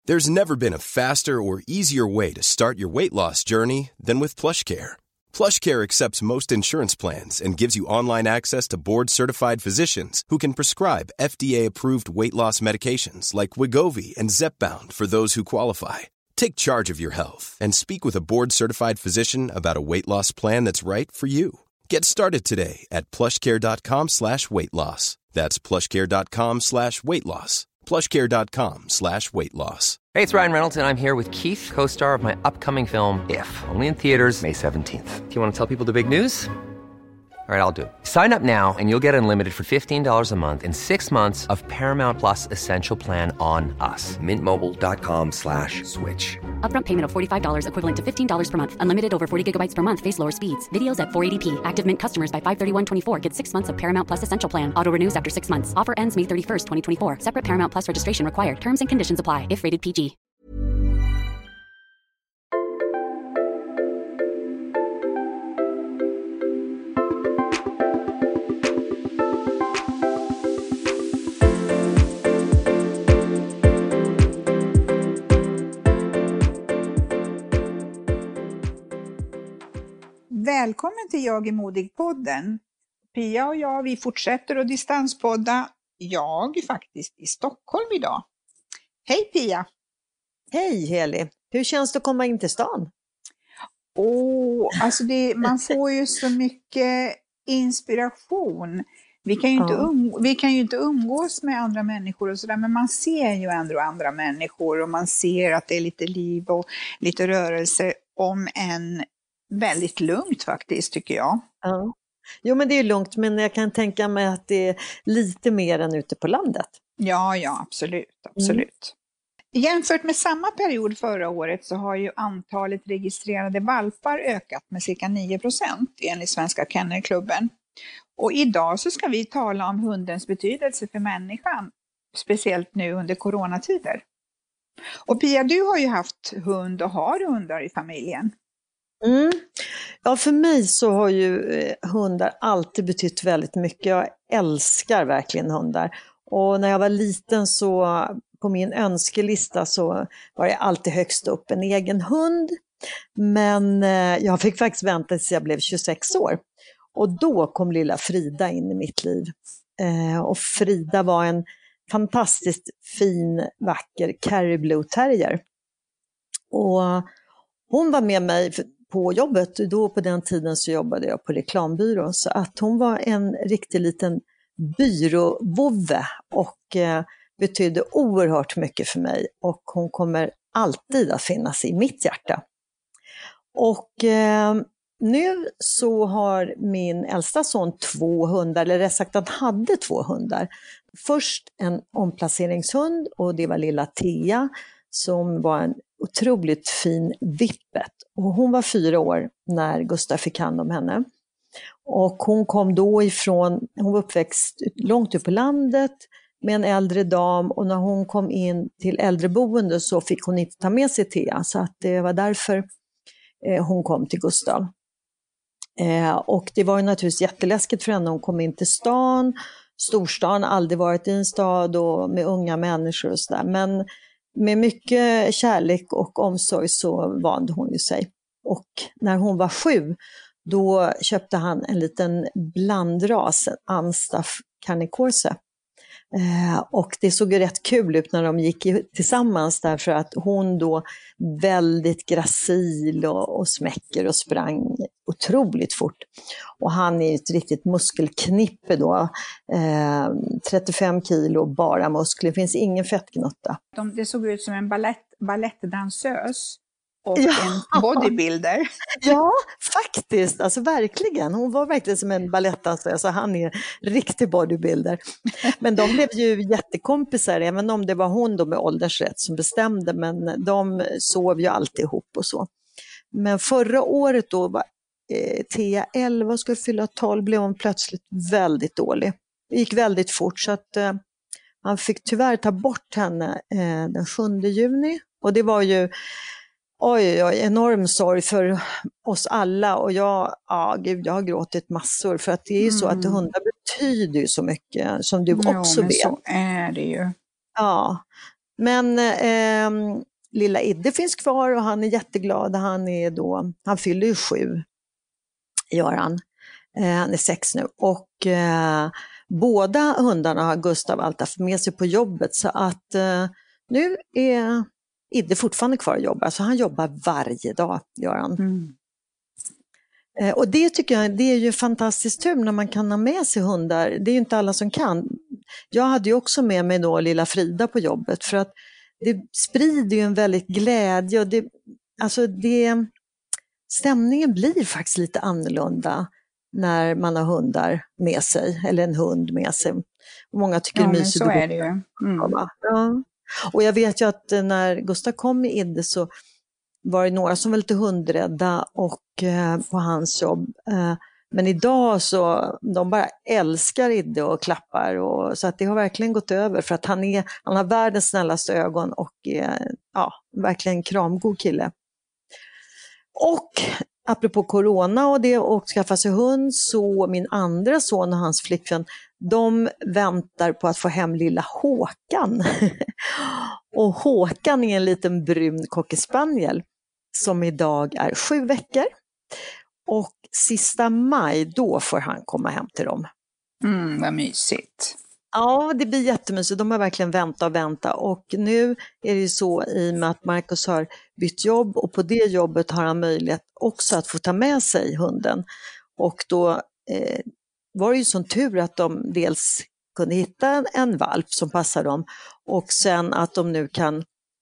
There's never been a faster or easier way to start your weight loss journey than with PlushCare. PlushCare accepts most insurance plans and gives you online access to board-certified physicians who can prescribe FDA-approved weight loss medications like Wegovy and Zepbound for those who qualify. Take charge of your health and speak with a board-certified physician about a weight loss plan that's right for you. Get started today at plushcare.com/weightloss. That's plushcare.com/weightloss. plushcare.com/weightloss. Hey, it's Ryan Reynolds, and I'm here with Keith, co-star of my upcoming film, If, only in theaters May 17th. Do you want to tell people the big news? All right, I'll do it. Sign up now and you'll get unlimited for $15 a month and 6 months of Paramount Plus Essential Plan on us. Mintmobile.com/switch. Upfront payment of $45 equivalent to $15 per month. Unlimited over 40 gigabytes per month. Face lower speeds. Videos at 480p. Active Mint customers by 531.24 get 6 months of Paramount Plus Essential Plan. Auto renews after 6 months. Offer ends May 31st, 2024. Separate Paramount Plus registration required. Terms and conditions apply if rated PG. Välkommen till Jag är modig-podden. Pia och jag, vi fortsätter att distanspodda. Jag är faktiskt i Stockholm idag. Hej Pia! Hej Heli! Hur känns det att komma in till stan? Alltså man får ju så mycket inspiration. Vi kan ju inte umgås med andra människor och sådär, men man ser ju ändå andra människor och man ser att det är lite liv och lite rörelse, om en väldigt lugnt faktiskt, tycker jag. Ja. Jo, men det är lugnt, men jag kan tänka mig att det är lite mer än ute på landet. Ja, absolut. Jämfört med samma period förra året så har ju antalet registrerade valpar ökat med cirka 9% enligt Svenska Kennelklubben. Och idag så ska vi tala om hundens betydelse för människan, speciellt nu under coronatider. Och Pia, du har ju haft hund och har hundar i familjen. Ja, för mig så har ju hundar alltid betytt väldigt mycket. Jag älskar verkligen hundar. Och när jag var liten så på min önskelista så var det alltid högst upp en egen hund. Men jag fick faktiskt vänta tills jag blev 26 år. Och då kom lilla Frida in i mitt liv. Och Frida var en fantastiskt fin, vacker Kerry Blue Terrier. Och hon var med mig på jobbet. Då på den tiden så jobbade jag på reklambyrå. Så att hon var en riktig liten byråvovve och betydde oerhört mycket för mig. Och hon kommer alltid att finnas i mitt hjärta. Och nu så har min äldsta son 2 hundar, eller rätt sagt han hade 2 hundar. Först en omplaceringshund och det var lilla Thea som var en otroligt fin vippet. Och hon var 4 år när Gustav fick hand om henne. Och hon kom då hon var uppväxt långt upp på landet med en äldre dam, och när hon kom in till äldreboende så fick hon inte ta med sig Thea, så att det var därför hon kom till Gustav. Och det var ju naturligtvis jätteläskigt för henne. Hon kom in till storstan, aldrig varit i en stad och med unga människor och sådär. Men med mycket kärlek och omsorg så vande hon ju sig. Och när hon var 7, då köpte han en liten blandras, en Amstaff Canis Corse. Och det såg ju rätt kul ut när de gick tillsammans, därför att hon då väldigt gracil och smäcker och sprang otroligt fort. Och han är ett riktigt muskelknippe då, 35 kilo bara muskler, det finns ingen fettgnutta. Det såg ut som en balettdansös och en bodybuilder. Ja, faktiskt. Alltså verkligen. Hon var verkligen som en balettdansös, så han är riktig bodybuilder. Men de blev ju jättekompisar, även om det var hon då med åldersrätt som bestämde. Men de sov ju alltid ihop och så. Men förra året då var Thea 11 och skulle fylla 12, blev hon plötsligt väldigt dålig. Det gick väldigt fort, så att han fick tyvärr ta bort henne den 7 juni. Och det var ju enorm sorg för oss alla, och jag har gråtit massor, för att det är ju så att hundar betyder ju så mycket, som du också vet. Så är det ju. Ja, Men lilla Idde finns kvar och han är jätteglad. Han fyller ju 7, gör han. Han är 6 nu. Och båda hundarna har Gustav alltid haft med sig på jobbet. Så att nu är Idde fortfarande kvar och jobbar. Så han jobbar varje dag, gör han. Mm. Och det tycker jag, det är ju fantastiskt tur när man kan ha med sig hundar. Det är ju inte alla som kan. Jag hade ju också med mig då lilla Frida på jobbet, för att det sprider ju en väldigt glädje och stämningen blir faktiskt lite annorlunda när man har hundar med sig, eller en hund med sig. Och många tycker det är mysigt. Så är det ju. Mm. Ja. Och jag vet ju att när Gustav kom i Idde så var det några som var lite hundrädda och på hans jobb. Men idag så de bara älskar Idde och klappar. Och, så att det har verkligen gått över, för att han har världens snällaste ögon och verkligen en kramgod kille. Och apropå corona och det och skaffa sig hund, så min andra son och hans flickvän, de väntar på att få hem lilla Håkan. Och Håkan är en liten brun cocker-spaniel som idag är 7 veckor. Och sista maj, då får han komma hem till dem. Vad mysigt. Ja, det blir jättemysigt. De har verkligen väntat. Och nu är det ju så, i och med att Marcus har bytt jobb, och på det jobbet har han möjlighet också att få ta med sig hunden. Och då var det ju sån tur att de dels kunde hitta en valp som passar dem, och sen att de nu kan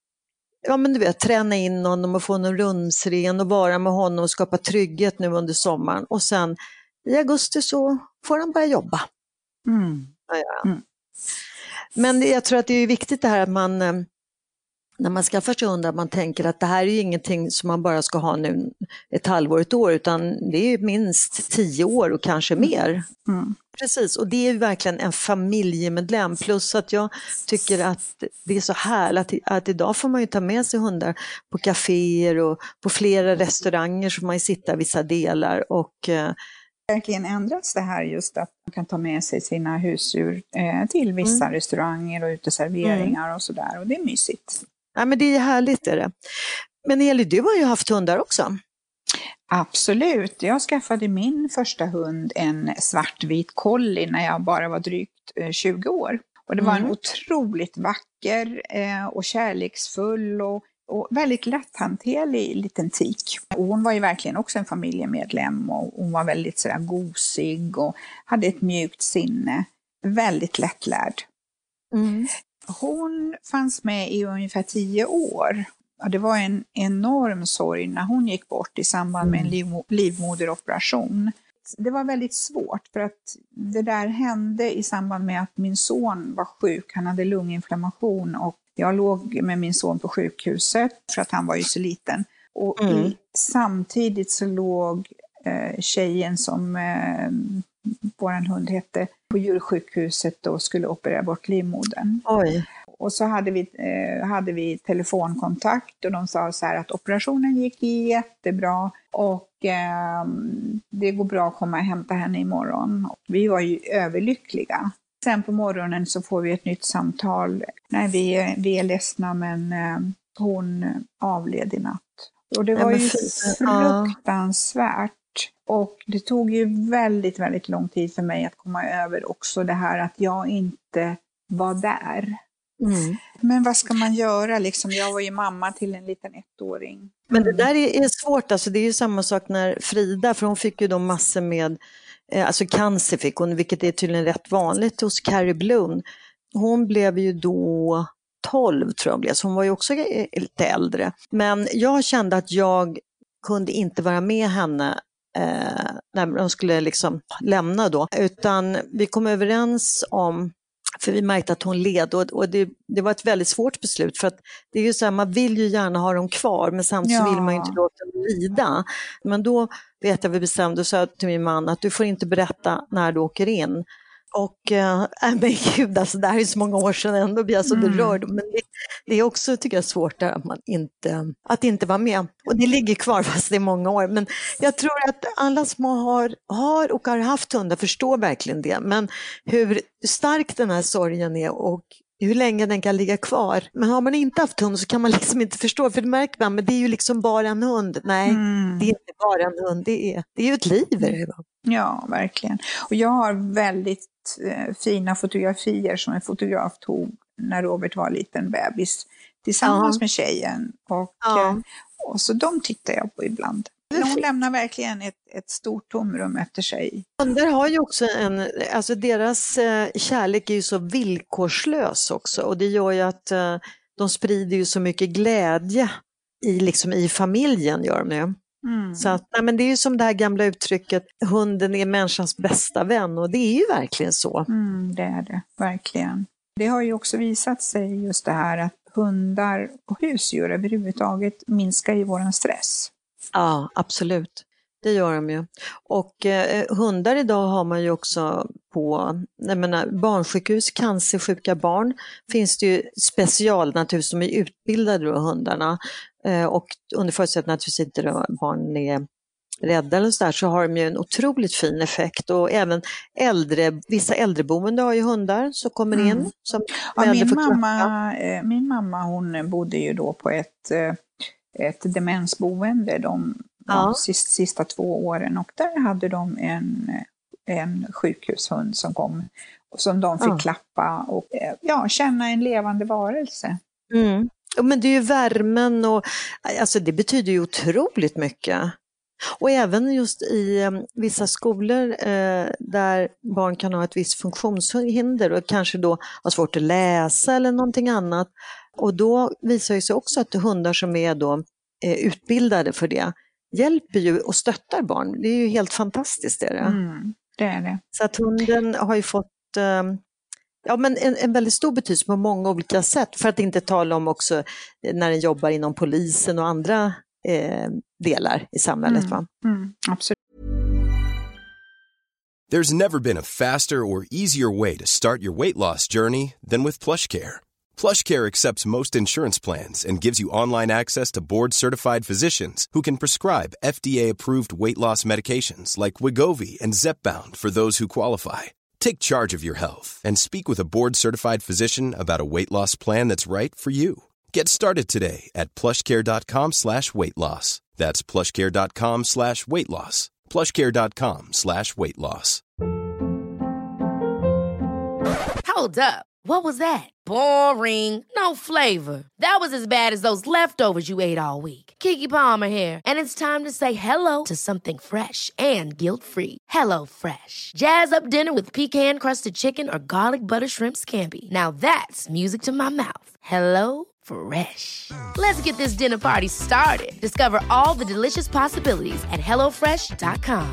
träna in honom och få honom rumsren och vara med honom och skapa trygghet nu under sommaren. Och sen i augusti så får han börja jobba. Mm. Ja. Mm. Men jag tror att det är viktigt det här att man, när man skaffar sig hundar, man tänker att det här är ju ingenting som man bara ska ha nu ett halvår, ett år, utan det är ju minst 10 år och kanske mer. Mm. Precis, och det är verkligen en familjemedlem, plus att jag tycker att det är så härligt att idag får man ju ta med sig hundar på kaféer och på flera restauranger, så man sitter vissa delar och verkligen ändrats det här, just att man kan ta med sig sina husdjur till vissa restauranger och uteserveringar och sådär, och det är mysigt. Ja, men det är härligt är det. Men Eli, du har ju haft hundar också. Absolut, jag skaffade min första hund, en svartvit collie, när jag bara var drygt 20 år. Och det var en otroligt vacker och kärleksfull och väldigt lätthanterlig liten tik. Och hon var ju verkligen också en familjemedlem, och hon var väldigt sådär gosig och hade ett mjukt sinne. Väldigt lättlärd. Mm. Hon fanns med i ungefär 10 år. Och det var en enorm sorg när hon gick bort i samband med en livmoderoperation. Det var väldigt svårt, för att det där hände i samband med att min son var sjuk. Han hade lunginflammation och jag låg med min son på sjukhuset för att han var ju så liten. Och samtidigt så låg tjejen som våran hund hette på djursjukhuset och skulle operera bort livmodern. Oj. Och så hade vi telefonkontakt och de sa så här att operationen gick jättebra och det går bra att komma och hämta henne imorgon. Och vi var ju överlyckliga. Sen på morgonen så får vi ett nytt samtal. Nej, vi är ledsna, men hon avled i natt. Och det var ju fruktansvärt. Och det tog ju väldigt, väldigt lång tid för mig att komma över också det här att jag inte var där. Mm. Men vad ska man göra liksom? Jag var ju mamma till en liten 1-åring. Men det där är svårt, alltså det är ju samma sak när Frida, för hon fick ju då massor med cancer fick hon, vilket är tydligen rätt vanligt hos Carrie Bloom. Hon blev ju då 12 tror jag blev, så hon var ju också lite äldre. Men jag kände att jag kunde inte vara med henne när de skulle liksom lämna då, utan vi kom överens om, för vi märkte att hon led, och det var ett väldigt svårt beslut, för att det är ju så här, man vill ju gärna ha dem kvar, men samtidigt så vill man ju inte låta dem lida. Men då vet jag, vi bestämde och sa till min man att du får inte berätta när du åker in. Och men gud, alltså det här är så många år sedan ändå, blir jag så berörd. Men det är också, tycker jag, svårt där, att inte vara med. Och det ligger kvar fast det är många år. Men jag tror att alla som har och har haft hundar förstår verkligen det. Men hur stark den här sorgen är och hur länge den kan ligga kvar. Men har man inte haft hund så kan man liksom inte förstå, för det märker man, men det är ju liksom bara en hund. Nej, det är inte bara en hund, det är ju ett liv. Ja, verkligen. Och jag har väldigt fina fotografier som en fotograf tog när Robert var en liten bebis tillsammans med tjejen. Och så de tittar jag på ibland. De lämnar verkligen ett stort tomrum efter sig. Hundar har ju också alltså deras kärlek är ju så villkorslös också, och det gör ju att de sprider ju så mycket glädje i familjen, gör de ju. Så att, men det är ju som det här gamla uttrycket, hunden är människans bästa vän, och det är ju verkligen så. Det är det, verkligen. Det har ju också visat sig just det här att hundar och husdjur överhuvudtaget minskar ju våran stress. Ja, absolut. Det gör de ju. Och hundar idag har man ju också på barnsjukhus, cancersjuka barn, finns det ju specialnatur som är utbildade då, hundarna. Och under förutsättning naturligtvis inte då barn är rädda eller så där, så har de ju en otroligt fin effekt. Och även vissa äldreboende har ju hundar som kommer in. Som min mamma hon bodde ju då på ett demensboende de sista 2 åren, och där hade de en sjukhushund som kom och som de fick klappa och känna en levande varelse. Men det är ju värmen och alltså det betyder ju otroligt mycket. Och även just i vissa skolor där barn kan ha ett visst funktionshinder och kanske då har svårt att läsa eller någonting annat. Och då visar det sig också att hundar som är då utbildade för det hjälper ju och stöttar barn. Det är ju helt fantastiskt. Det är det. Så att hunden har ju fått en väldigt stor betydelse på många olika sätt. För att inte tala om också när den jobbar inom polisen och andra delar i samhället. Absolut. There's never been a faster or easier way to start your weight loss journey than with PlushCare. PlushCare accepts most insurance plans and gives you online access to board-certified physicians who can prescribe FDA-approved weight loss medications like Wegovy and Zepbound for those who qualify. Take charge of your health and speak with a board-certified physician about a weight loss plan that's right for you. Get started today at plushcare.com/weightloss. That's plushcare.com/weightloss. plushcare.com/weightloss. Hold up. What was that? Boring. No flavor. That was as bad as those leftovers you ate all week. Keke Palmer here, and it's time to say hello to something fresh and guilt-free. Hello Fresh. Jazz up dinner with pecan-crusted chicken or garlic butter shrimp scampi. Now that's music to my mouth. Hello Fresh. Let's get this dinner party started. Discover all the delicious possibilities at hellofresh.com.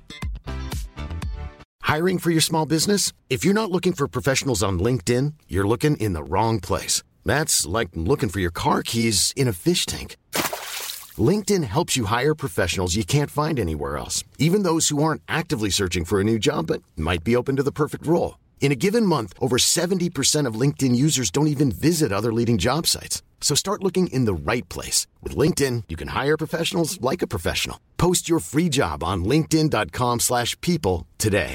Hiring for your small business? If you're not looking for professionals on LinkedIn, you're looking in the wrong place. That's like looking for your car keys in a fish tank. LinkedIn helps you hire professionals you can't find anywhere else, even those who aren't actively searching for a new job but might be open to the perfect role. In a given month, over 70% of LinkedIn users don't even visit other leading job sites. So start looking in the right place. With LinkedIn, you can hire professionals like a professional. Post your free job on linkedin.com/people today.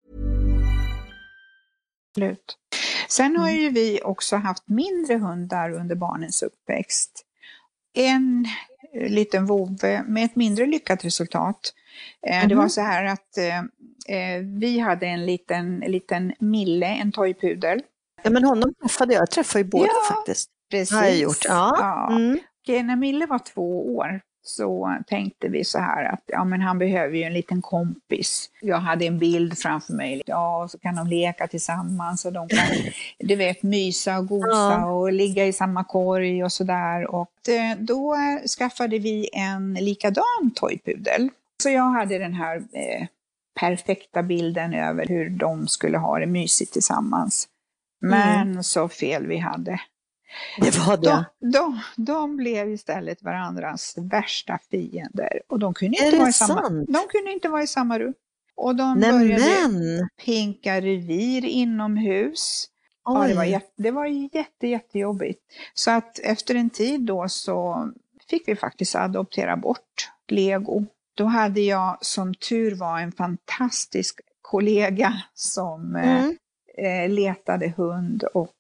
Sen har ju vi också haft mindre hundar under barnens uppväxt. En liten vovve med ett mindre lyckat resultat. Det var så här att vi hade en liten Mille, en toypudel. Ja, men honom träffade jag. Jag träffade ju båda faktiskt. Precis. Har jag gjort. Ja. Och när Mille var 2 år så tänkte vi så här att men han behöver ju en liten kompis. Jag hade en bild framför mig. Ja, så kan de leka tillsammans och de kan, du vet, mysa och gosa och ligga i samma korg och sådär. Och då skaffade vi en likadan toypudel. Så jag hade den här perfekta bilden över hur de skulle ha det mysigt tillsammans. Men så fel vi hade. Det var det. De blev istället varandras värsta fiender. Och de kunde inte vara i samma rum. Och de började pinka revir inomhus. Ja, det var jättejobbigt. Så att efter en tid då så fick vi faktiskt adoptera bort Lego. Då hade jag som tur var en fantastisk kollega som letade hund och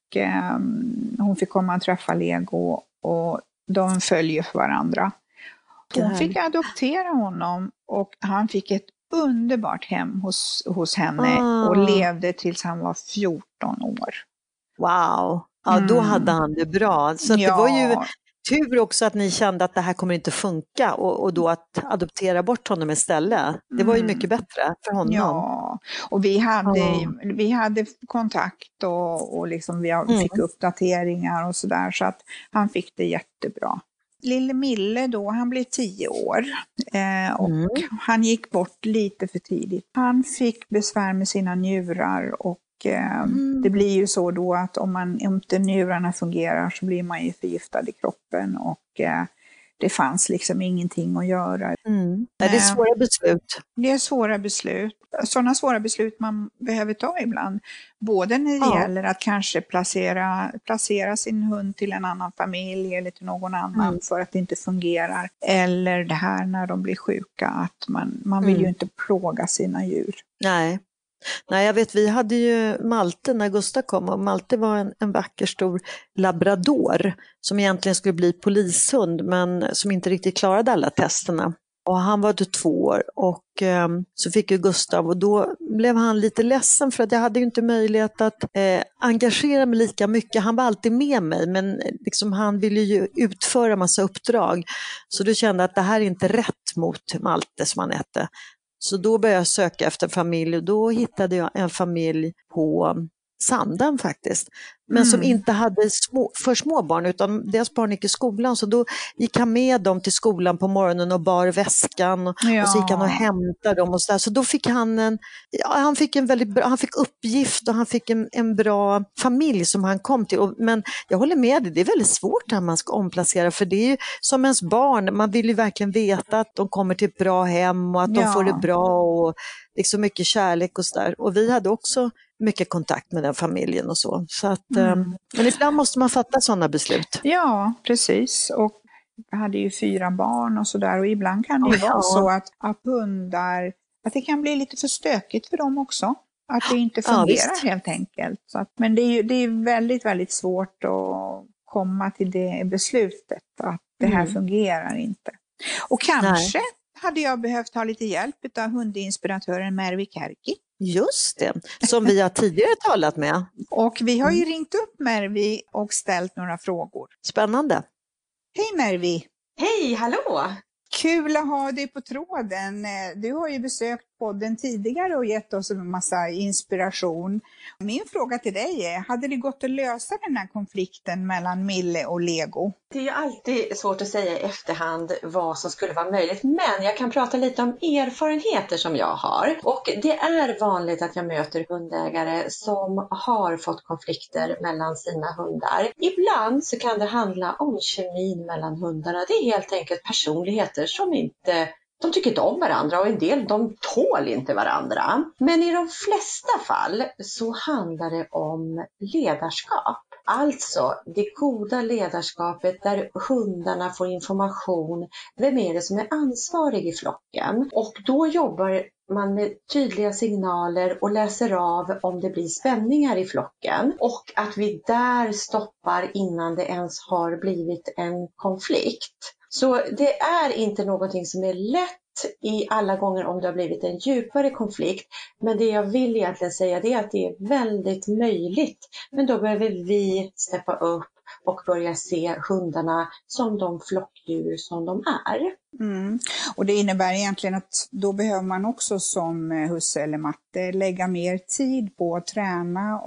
hon fick komma och träffa Lego och de följer för varandra. Hon fick adoptera honom och han fick ett underbart hem hos henne och levde tills han var 14 år. Wow, ja då hade han det bra. Så det var ju tur också att ni kände att det här kommer inte funka och då att adoptera bort honom istället. Det var ju mycket bättre för honom. Ja, och vi hade kontakt och liksom vi fick uppdateringar och sådär, så att han fick det jättebra. Lille Mille då, han blev 10 år och han gick bort lite för tidigt. Han fick besvär med sina njurar och det blir ju så då att om inte njurarna fungerar så blir man ju förgiftad i kroppen och det fanns liksom ingenting att göra. Det är svåra beslut. Det är svåra beslut. Sådana svåra beslut man behöver ta ibland. Både när det gäller att kanske placera sin hund till en annan familj eller till någon annan för att det inte fungerar. Eller det här när de blir sjuka, att man vill ju inte plåga sina djur. Nej, jag vet, vi hade ju Malte när Gustav kom, och Malte var en vacker stor labrador som egentligen skulle bli polishund men som inte riktigt klarade alla testerna. Och han var 2 år och så fick ju Gustav, och då blev han lite ledsen för att jag hade ju inte möjlighet att engagera mig lika mycket. Han var alltid med mig men liksom, han ville ju utföra massa uppdrag. Så då kände jag att det här är inte rätt mot Malte som han hette. Så då började jag söka efter familj och då hittade jag en familj på Sandhamn faktiskt. Men som inte hade för små barn, utan deras barn gick i skolan. Så då gick han med dem till skolan på morgonen och bar väskan. Och så gick han och hämtade dem och så där. Så då fick han han fick uppgift och han fick en bra familj som han kom till. Men jag håller med dig, det är väldigt svårt när man ska omplacera. För det är ju som ens barn, man vill ju verkligen veta att de kommer till ett bra hem och att de får det bra och liksom mycket kärlek och så där. Och vi hade också mycket kontakt med den familjen och så. Så att, men ibland måste man fatta sådana beslut. Ja, precis. Och jag hade ju 4 barn och sådär. Och ibland kan det ju vara så att hundar, att det kan bli lite för stökigt för dem också. Att det inte fungerar helt enkelt. Så att, men det är väldigt, väldigt svårt att komma till det beslutet. Att det här fungerar inte. Och kanske hade jag behövt ha lite hjälp av hundinspiratören Mervi Kärki. Just det, som vi har tidigare talat med. Och vi har ju ringt upp Mervi och ställt några frågor. Spännande. Hej Mervi! Hej, hallå! Kul att ha dig på tråden. Du har ju besökt podden tidigare och gett oss en massa inspiration. Min fråga till dig är, hade det gått att lösa den här konflikten mellan Mille och Lego? Det är ju alltid svårt att säga i efterhand vad som skulle vara möjligt, men jag kan prata lite om erfarenheter som jag har. Och det är vanligt att jag möter hundägare som har fått konflikter mellan sina hundar. Ibland så kan det handla om kemin mellan hundarna. Det är helt enkelt personligheter som inte... De tycker inte om varandra och en del de tål inte varandra. Men i de flesta fall så handlar det om ledarskap. Alltså det goda ledarskapet där hundarna får information. Vem är det som är ansvarig i flocken? Och då jobbar man med tydliga signaler och läser av om det blir spänningar i flocken. Och att vi där stoppar innan det ens har blivit en konflikt. Så det är inte någonting som är lätt i alla gånger om det har blivit en djupare konflikt. Men det jag vill egentligen säga är att det är väldigt möjligt. Men då behöver vi steppa upp och börja se hundarna som de flockdjur som de är. Och det innebär egentligen att då behöver man också som husse eller matte lägga mer tid på att träna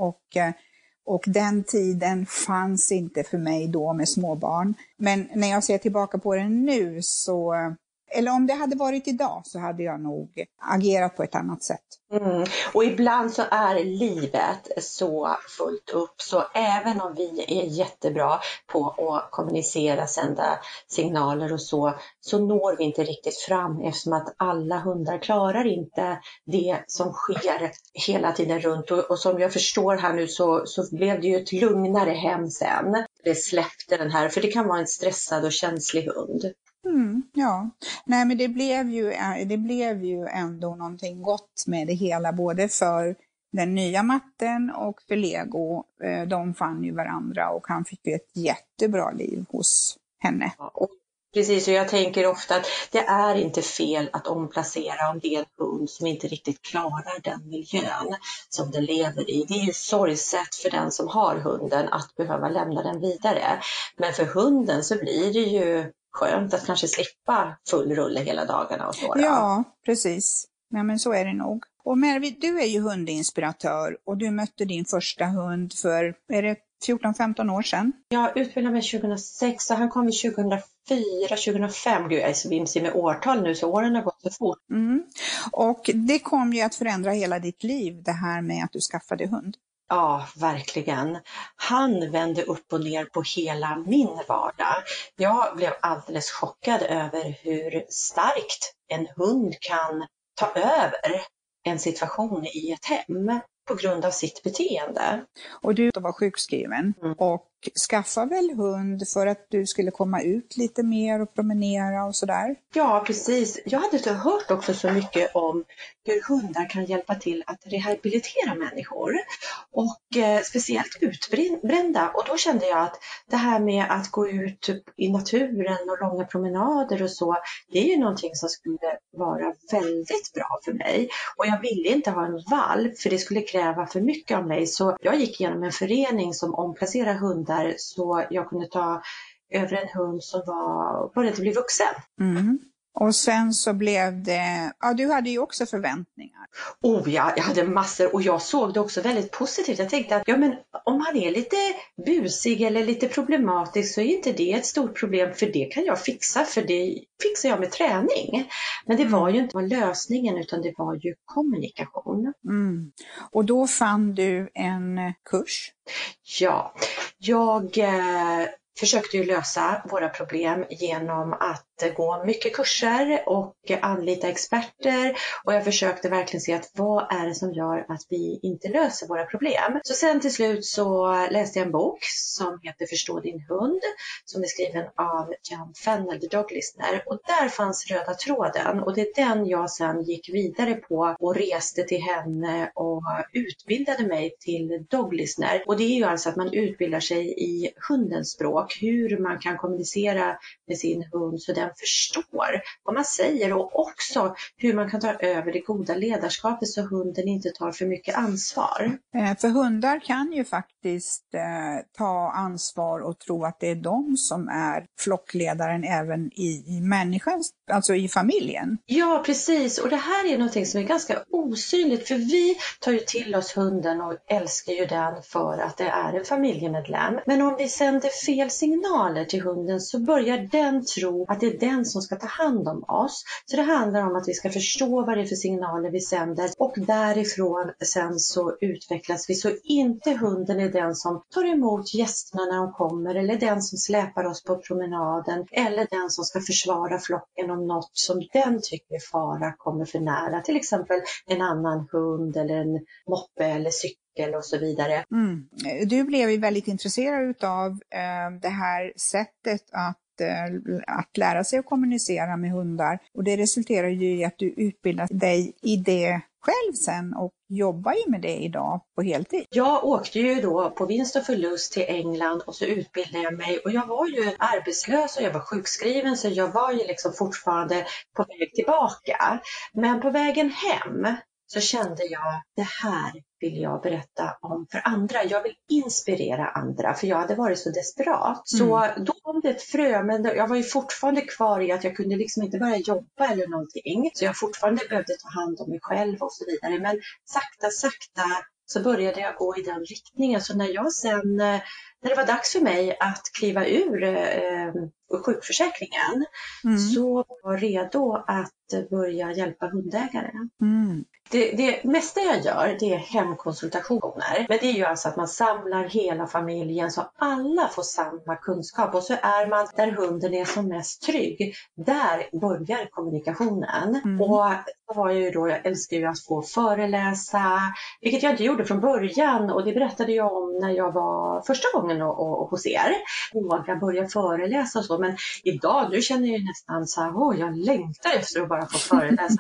och den tiden fanns inte för mig då med småbarn. Men när jag ser tillbaka på det nu så, eller om det hade varit idag så hade jag nog agerat på ett annat sätt. Och ibland så är livet så fullt upp så även om vi är jättebra på att kommunicera, sända signaler och så når vi inte riktigt fram eftersom att alla hundar klarar inte det som sker hela tiden runt. Och som jag förstår här nu så blev det ju ett lugnare hem sen. Det släppte den här, för det kan vara en stressad och känslig hund. Ja, nej men det blev ju ändå någonting gott med det hela, både för den nya matten och för Lego, de fann ju varandra och han fick ju ett jättebra liv hos henne. Ja, precis, och jag tänker ofta att det är inte fel att omplacera om det är en hund som inte riktigt klarar den miljön som den lever i. Det är ju sorgset för den som har hunden att behöva lämna den vidare. Men för hunden så blir det ju skönt att kanske slippa full rulle hela dagarna och så. Ja, precis. Ja, men så är det nog. Och Mervi, du är ju hundinspiratör och du mötte din första hund för, är det 14-15 år sedan? Jag utbildade mig 2006 och han kom 2004, 2005. Gud, jag är så vimsig med årtal nu så åren har gått så fort. Och det kom ju att förändra hela ditt liv, det här med att du skaffade hund. Ja, verkligen. Han vände upp och ner på hela min vardag. Jag blev alldeles chockad över hur starkt en hund kan ta över en situation i ett hem på grund av sitt beteende. Och du var sjukskriven och skaffade väl hund för att du skulle komma ut lite mer och promenera och sådär? Ja, precis. Jag hade inte hört också så mycket om hur hundar kan hjälpa till att rehabilitera människor. Och speciellt utbrända. Och då kände jag att det här med att gå ut i naturen och långa promenader och så, det är ju någonting som skulle vara väldigt bra för mig. Och jag ville inte ha en valp för det skulle kräva för mycket av mig. Så jag gick igenom en förening som omplacerar hundar så jag kunde ta över en hund som började bli vuxen. Och sen så blev det, ja du hade ju också förväntningar. Oh ja, jag hade massor och jag såg det också väldigt positivt. Jag tänkte att ja, men om han är lite busig eller lite problematisk så är inte det ett stort problem för det kan jag fixa för det fixar jag med träning. Men det var ju inte lösningen utan det var ju kommunikation. Och då fann du en kurs? Ja, jag försökte ju lösa våra problem genom att gå mycket kurser och anlita experter och jag försökte verkligen se att vad är det som gör att vi inte löser våra problem. Så sen till slut så läste jag en bok som heter Förstå din hund som är skriven av Jan Fennell, The Dog Listener och där fanns röda tråden och det är den jag sen gick vidare på och reste till henne och utbildade mig till Dog Listener och det är ju alltså att man utbildar sig i hundens språk, hur man kan kommunicera med sin hund så den förstår vad man säger och också hur man kan ta över det goda ledarskapet så hunden inte tar för mycket ansvar. För hundar kan ju faktiskt ta ansvar och tro att det är de som är flockledaren även i människan, alltså i familjen. Ja, precis. Och det här är någonting som är ganska osynligt för vi tar ju till oss hunden och älskar ju den för att det är en familjemedlem. Men om vi sänder fel signaler till hunden så börjar den tro att det är den som ska ta hand om oss. Så det handlar om att vi ska förstå vad det är för signaler vi sänder och därifrån sen så utvecklas vi så inte hunden är den som tar emot gästerna när de kommer eller den som släpar oss på promenaden eller den som ska försvara flocken om något som den tycker är fara kommer för nära. Till exempel en annan hund eller en moppe eller cykel och så vidare. Du blev ju väldigt intresserad av det här sättet att lära sig att kommunicera med hundar och det resulterar ju i att du utbildar dig i det själv sen och jobbar ju med det idag på heltid. Jag åkte ju då på vinst och förlust till England och så utbildade jag mig och jag var ju arbetslös och jag var sjukskriven så jag var ju liksom fortfarande på väg tillbaka. Men på vägen hem så kände jag det här vill jag berätta om för andra. Jag vill inspirera andra för jag hade varit så desperat. Så då kom det ett frö men jag var ju fortfarande kvar i att jag kunde liksom inte börja jobba eller någonting. Så jag fortfarande behövde ta hand om mig själv och så vidare. Men sakta så började jag gå i den riktningen. Så när det var dags för mig att kliva ur sjukförsäkringen så var jag redo att börja hjälpa hundägare. Det mesta jag gör det är hemkonsultationer. Men det är ju alltså att man samlar hela familjen så alla får samma kunskap. Och så är man där hunden är som mest trygg. Där börjar kommunikationen. Och jag älskar ju att få föreläsa. Vilket jag inte gjorde från början. Och det berättade jag om när jag var första gången och hos er. Våga börja föreläsa och så. Men idag nu känner jag nästan så här, jag längtar efter att bara bara få föreläsa.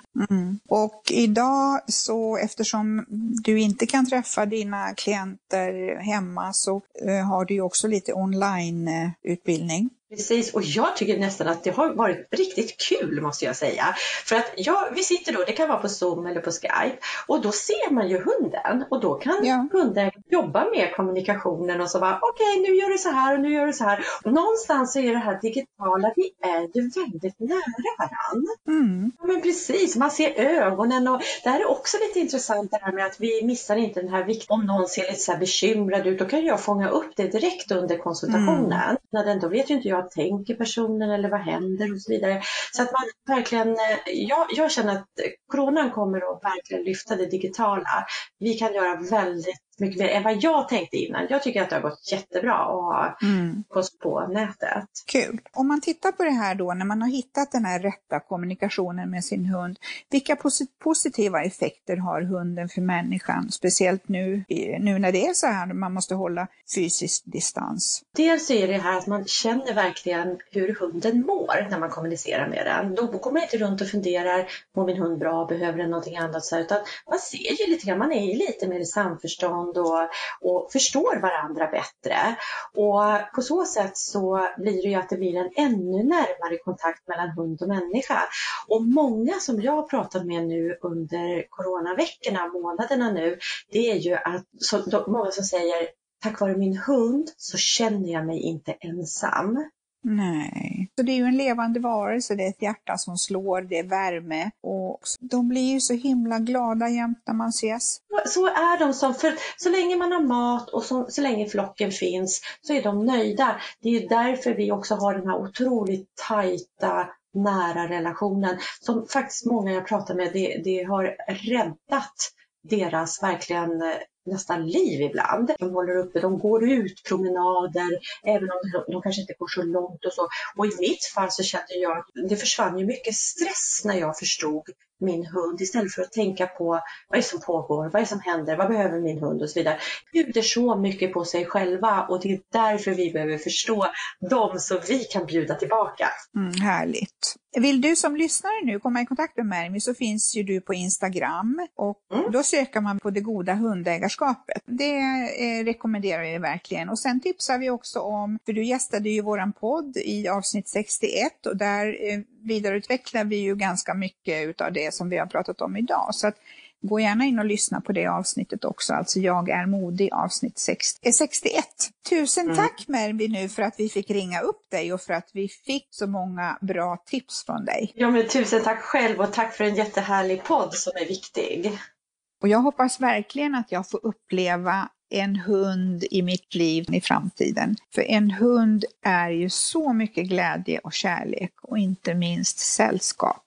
Och idag så, eftersom du inte kan träffa dina klienter hemma, så har du ju också lite online-utbildning. Precis, och jag tycker nästan att det har varit riktigt kul, måste jag säga. För att vi sitter då, det kan vara på Zoom eller på Skype, och då ser man ju hunden. Och då kan hunden jobba med kommunikationen och så bara, okej, nu gör du så här och nu gör du så här. Och någonstans så är det här digitala, vi är ju väldigt nära varandra. Ja, men precis, man ser ögonen, och det här är också lite intressant, det här med att vi missar inte den här vikten. Om någon ser lite så här bekymrad ut, då kan jag fånga upp det direkt under konsultationen. Då vet ju inte jag tänker personen eller vad händer och så vidare. Så att man verkligen, jag känner att coronan kommer att verkligen lyfta det digitala. Vi kan göra väldigt mycket mer än vad jag tänkte innan. Jag tycker att det har gått jättebra att ha oss på nätet. Kul. Om man tittar på det här då, när man har hittat den här rätta kommunikationen med sin hund, vilka positiva effekter har hunden för människan? Speciellt nu när det är så här, man måste hålla fysisk distans. Dels är det här att man känner verkligen hur hunden mår när man kommunicerar med den. Då går man inte runt och funderar, mår min hund bra, behöver den någonting annat? Så här, utan man ser ju lite grann, man är ju lite mer i samförstånd och förstår varandra bättre. Och på så sätt så blir det ju att det blir en ännu närmare kontakt mellan hund och människa. Och många som jag har pratat med nu under coronaveckorna, månaderna nu, det är ju att många som säger, tack vare min hund så känner jag mig inte ensam. Nej, så det är ju en levande varelse, det är ett hjärta som slår, det är värme, och de blir ju så himla glada jämt när man ses. Så är de, för så länge man har mat och så länge flocken finns så är de nöjda. Det är ju därför vi också har den här otroligt tajta, nära relationen som faktiskt många jag pratar med, det har räddat deras verkligen nästan liv ibland. De håller uppe, de går ut promenader, även om de kanske inte går så långt och så. Och i mitt fall så kände jag att det försvann ju mycket stress när jag förstod min hund, istället för att tänka på vad är det som pågår, vad är det som händer, vad behöver min hund och så vidare. Bjuder så mycket på sig själva, och det är därför vi behöver förstå dem så vi kan bjuda tillbaka. Härligt. Vill du som lyssnare nu komma i kontakt med Mermi, så finns ju du på Instagram, och då söker man på det goda hundägarskapet. Det rekommenderar jag verkligen. Och sen tipsar vi också om, för du gästade ju våran podd i avsnitt 61, och där vidareutvecklar vi ju ganska mycket utav det som vi har pratat om idag. Så att gå gärna in och lyssna på det avsnittet också. Alltså Jag är modig, avsnitt 61. Tusen tack Mervi nu för att vi fick ringa upp dig och för att vi fick så många bra tips från dig. Ja, men tusen tack själv, och tack för en jättehärlig podd som är viktig. Och jag hoppas verkligen att jag får uppleva en hund i mitt liv i framtiden. För en hund är ju så mycket glädje och kärlek, och inte minst sällskap.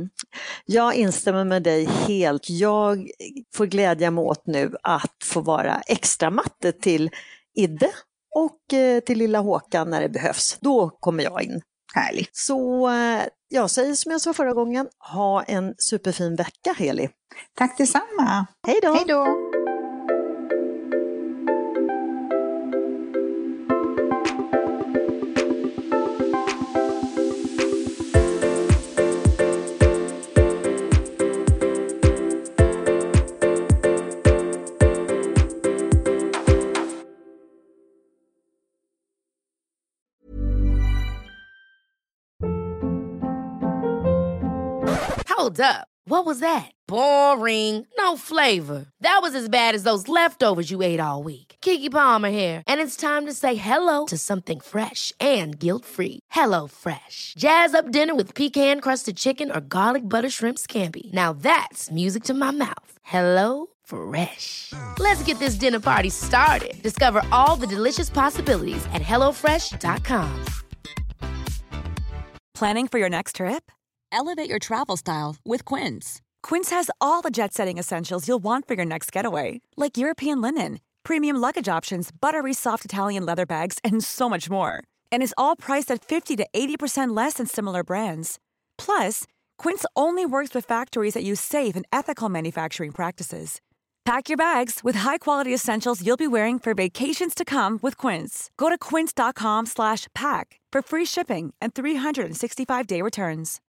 Jag instämmer med dig helt. Jag får glädja mig åt nu att få vara extra matte till Idde och till lilla Håkan när det behövs. Då kommer jag in. Härligt. Så jag säger som jag sa förra gången, ha en superfin vecka, Heli. Tack detsamma. Hej då. Hej då. Hold up. What was that? Boring. No flavor. That was as bad as those leftovers you ate all week. Keke Palmer here. And it's time to say hello to something fresh and guilt-free. Hello Fresh. Jazz up dinner with pecan-crusted chicken or garlic butter shrimp scampi. Now that's music to my mouth. Hello Fresh. Let's get this dinner party started. Discover all the delicious possibilities at hellofresh.com. Planning for your next trip? Elevate your travel style with Quince. Quince has all the jet-setting essentials you'll want for your next getaway, like European linen, premium luggage options, buttery soft Italian leather bags, and so much more. And is all priced at 50 to 80% less than similar brands. Plus, Quince only works with factories that use safe and ethical manufacturing practices. Pack your bags with high-quality essentials you'll be wearing for vacations to come with Quince. Go to quince.com/pack for free shipping and 365-day returns.